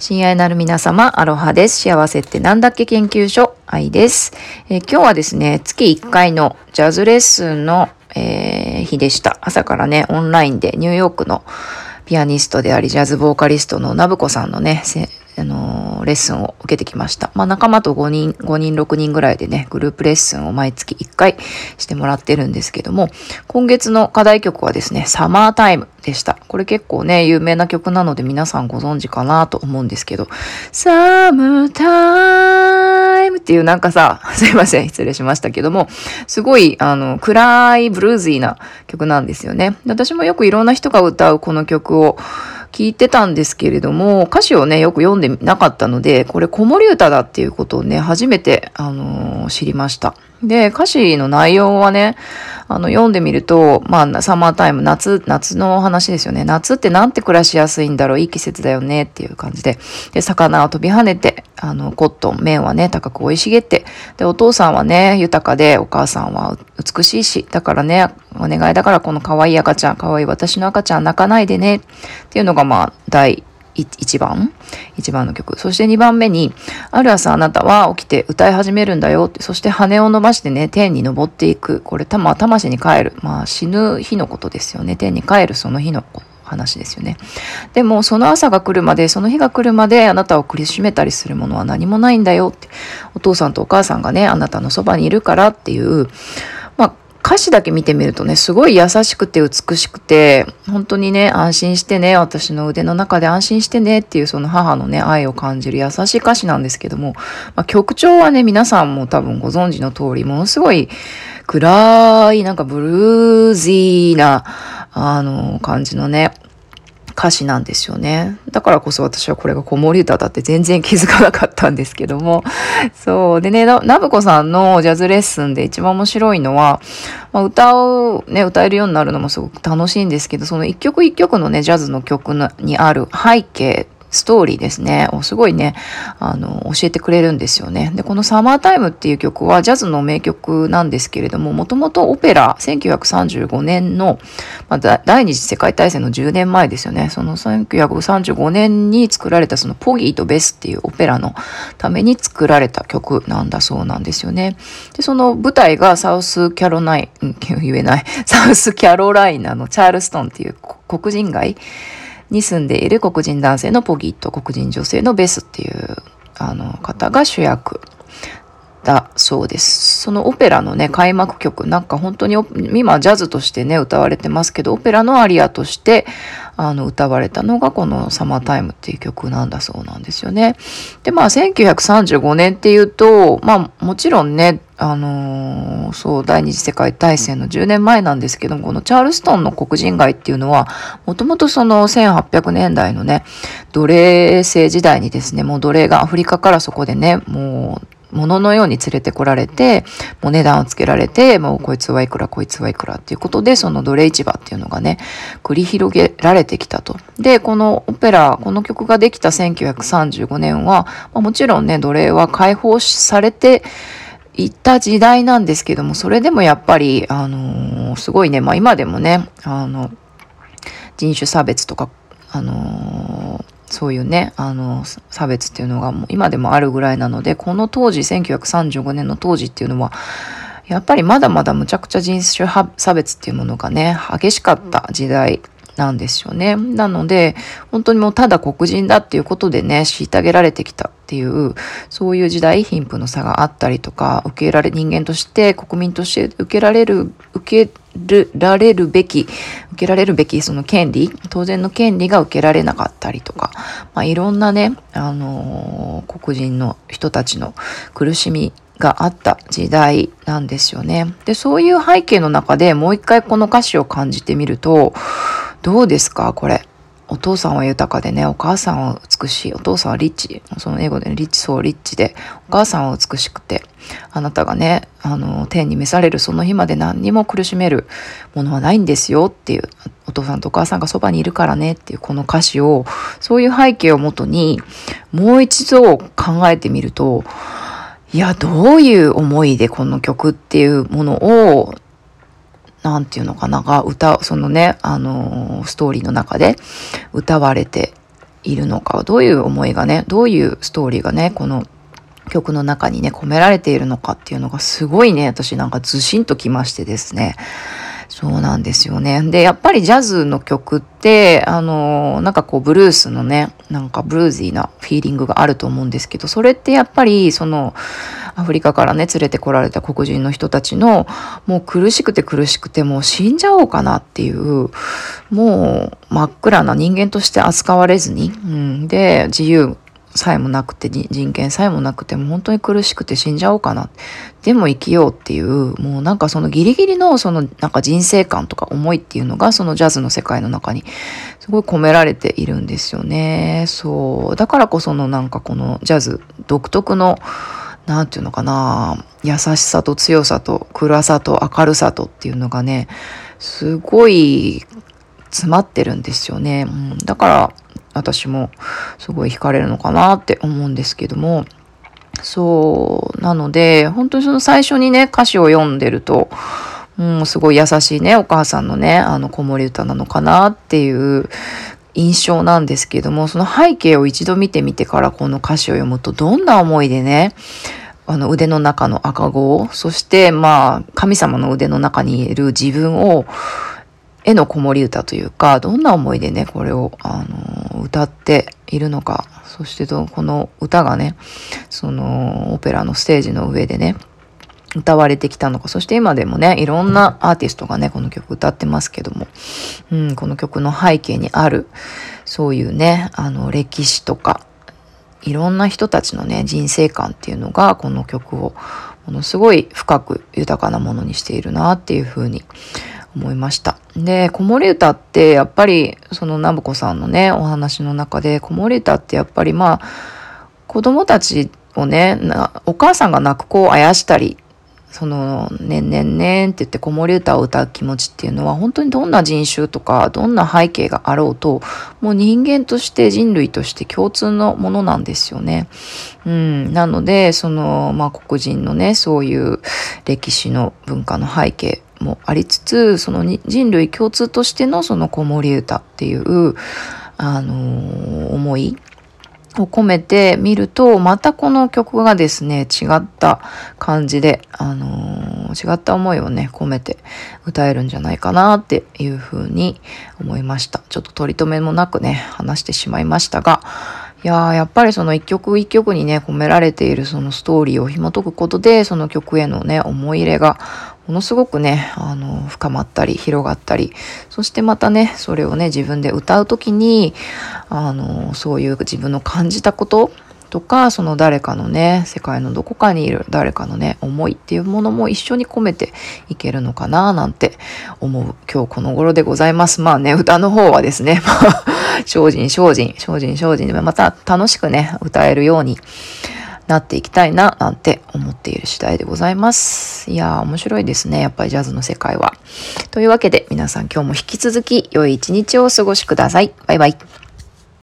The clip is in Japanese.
親愛なる皆様、アロハです。幸せってなんだっけ研究所、愛です。今日はですね、月1回のジャズレッスンの、日でした。朝からね、オンラインでニューヨークのピアニストであり、ジャズボーカリストのナブコさんのね、レッスンを受けてきました。仲間と5人、6人ぐらいでね、グループレッスンを毎月1回してもらってるんですけども、今月の課題曲はですね、サマータイムでした。これ結構ね、有名な曲なので皆さんご存知かなと思うんですけど、サムタイムっていうすいません、失礼しましたけども、すごい、暗いブルーズィーな曲なんですよね。私もよくいろんな人が歌うこの曲を聞いてたんですけれども、歌詞をね、よく読んでなかったので、これ子守歌だっていうことをね、初めて、知りました。で、歌詞の内容はね、読んでみると、サマータイム、夏の話ですよね。夏ってなんて暮らしやすいんだろう、いい季節だよねっていう感じで。で、魚は飛び跳ねて、コットン、麺はね、高く生い茂って、で、お父さんはね、豊かで、お母さんは美しいし、だからね、お願いだからこの可愛い赤ちゃん、可愛い私の赤ちゃん泣かないでね、っていうのが第1番の曲。そして2番目に、ある朝あなたは起きて歌い始めるんだよって、そして羽を伸ばしてね、天に昇っていく。これ魂に帰る。死ぬ日のことですよね。天に帰るその日の話ですよね。でも、その朝が来るまで、その日が来るまで、あなたを苦しめたりするものは何もないんだよって。お父さんとお母さんがね、あなたのそばにいるからっていう、歌詞だけ見てみるとね、すごい優しくて美しくて、本当にね、安心してね、私の腕の中で安心してねっていうその母のね、愛を感じる優しい歌詞なんですけども、曲調はね、皆さんも多分ご存知の通り、ものすごい暗い、ブルージーな、感じのね、歌詞なんですよね。だからこそ私はこれが子守歌だって全然気づかなかったんですけども。そう。でね、ナブコさんのジャズレッスンで一番面白いのは、歌えるようになるのもすごく楽しいんですけど、その一曲一曲のね、ジャズの曲にある背景、ストーリーですね、をすごいね、教えてくれるんですよね。で、このサマータイムっていう曲はジャズの名曲なんですけれども、もともとオペラ、1935年の、第二次世界大戦の10年前ですよね。その1935年に作られたそのポギーとベスっていうオペラのために作られた曲なんだそうなんですよね。で、その舞台がサウスキャロライナのチャールストンっていう黒人街に住んでいる黒人男性のポギーと黒人女性のベスっていう方が主役だそうです。そのオペラのね、開幕曲、本当に今ジャズとしてね、歌われてますけど、オペラのアリアとして歌われたのがこのサマータイムっていう曲なんだそうなんですよね。で、1935年っていうと、もちろんね、第二次世界大戦の10年前なんですけども、このチャールストンの黒人街っていうのは、もともとその1800年代のね、奴隷制時代にですね、もう奴隷がアフリカからそこでね、もう、物のように連れてこられて、もう値段をつけられて、もうこいつはいくら、こいつはいくらっていうことで、その奴隷市場っていうのがね、繰り広げられてきたと。で、この曲ができた1935年は、もちろんね、奴隷は解放されていった時代なんですけども、それでもやっぱり、すごいね、今でもね、人種差別とか、そういうね、差別っていうのがもう今でもあるぐらいなので、この当時、1935年の当時っていうのは、やっぱりまだまだむちゃくちゃ人種差別っていうものがね、激しかった時代なんですよね。なので、本当にもうただ黒人だっていうことでね、虐げられてきたっていう、そういう時代、貧富の差があったりとか、人間として、国民として受けられるべきその権利、当然の権利が受けられなかったりとか、いろんなね、黒人の人たちの苦しみがあった時代なんですよね。で、そういう背景の中でもう一回この歌詞を感じてみると、どうですかこれ。お父さんは豊かでね、お母さんは美しい。お父さんはリッチ。その英語でリッチで、お母さんは美しくて、あなたがね、天に召されるその日まで何にも苦しめるものはないんですよっていう、お父さんとお母さんがそばにいるからねっていうこの歌詞を、そういう背景をもとに、もう一度考えてみると、いや、どういう思いでこの曲っていうものを、なんていうのかな、そのね、ストーリーの中で歌われているのか、どういう思いがね、どういうストーリーがね、この曲の中にね、込められているのかっていうのがすごいね、私なんかずしんときましてですね。そうなんですよね。で、やっぱりジャズの曲って、なんかこうブルースのね、なんかブルージーなフィーリングがあると思うんですけど、それってやっぱりそのアフリカからね、連れてこられた黒人の人たちの、もう苦しくて苦しくてもう死んじゃおうかなっていう、もう真っ暗な人間として扱われずに、で、自由さえもなくて、人権さえもなくて、もう本当に苦しくて死んじゃおうかな。でも生きようっていう、もうなんかそのギリギリのそのなんか人生観とか思いっていうのが、そのジャズの世界の中にすごい込められているんですよね。そう。だからこそのなんかこのジャズ独特の、なんていうのかな、優しさと強さと暗さと明るさとっていうのがね、すごい詰まってるんですよね。だから私もすごい惹かれるのかなって思うんですけども、そうなので本当にその最初にね歌詞を読んでると、すごい優しいねお母さんのね子守歌なのかなっていう印象なんですけども、その背景を一度見てみてからこの歌詞を読むとどんな思いでね、腕の中の赤子を、そして神様の腕の中にいる自分を絵の子守歌というか、どんな思いでねこれを歌っているのか、そしてこの歌がねそのオペラのステージの上でね歌われてきたのか、そして今でもねいろんなアーティストがねこの曲歌ってますけども、この曲の背景にあるそういうね歴史とかいろんな人たちのね人生観っていうのがこの曲をものすごい深く豊かなものにしているなっていうふうに思いました。で、子守歌ってやっぱりその信子さんのねお話の中で、子守歌ってやっぱり子供たちをねお母さんが泣く子をあやしたり、そのねんねんねんって言って子守歌を歌う気持ちっていうのは本当にどんな人種とかどんな背景があろうともう人間として人類として共通のものなんですよね。なのでその黒人のねそういう歴史の文化の背景もありつつ、その人類共通としてのその子守歌っていう思いを込めてみると、またこの曲がですね違った感じで違った思いをね込めて歌えるんじゃないかなっていうふうに思いました。ちょっと取り留めもなくね話してしまいましたが、やっぱりその一曲一曲にね込められているそのストーリーを紐解くことで、その曲へのね思い入れがものすごくね深まったり広がったり、そしてまたねそれをね自分で歌うときにそういう自分の感じたこととか、その誰かのね世界のどこかにいる誰かのね思いっていうものも一緒に込めていけるのかななんて思う今日この頃でございます。歌の方はですね精進でまた楽しくね歌えるようになっていきたいななんて思っている次第でございます。面白いですねやっぱりジャズの世界は。というわけで皆さん今日も引き続き良い一日をお過ごしください。バイバイ。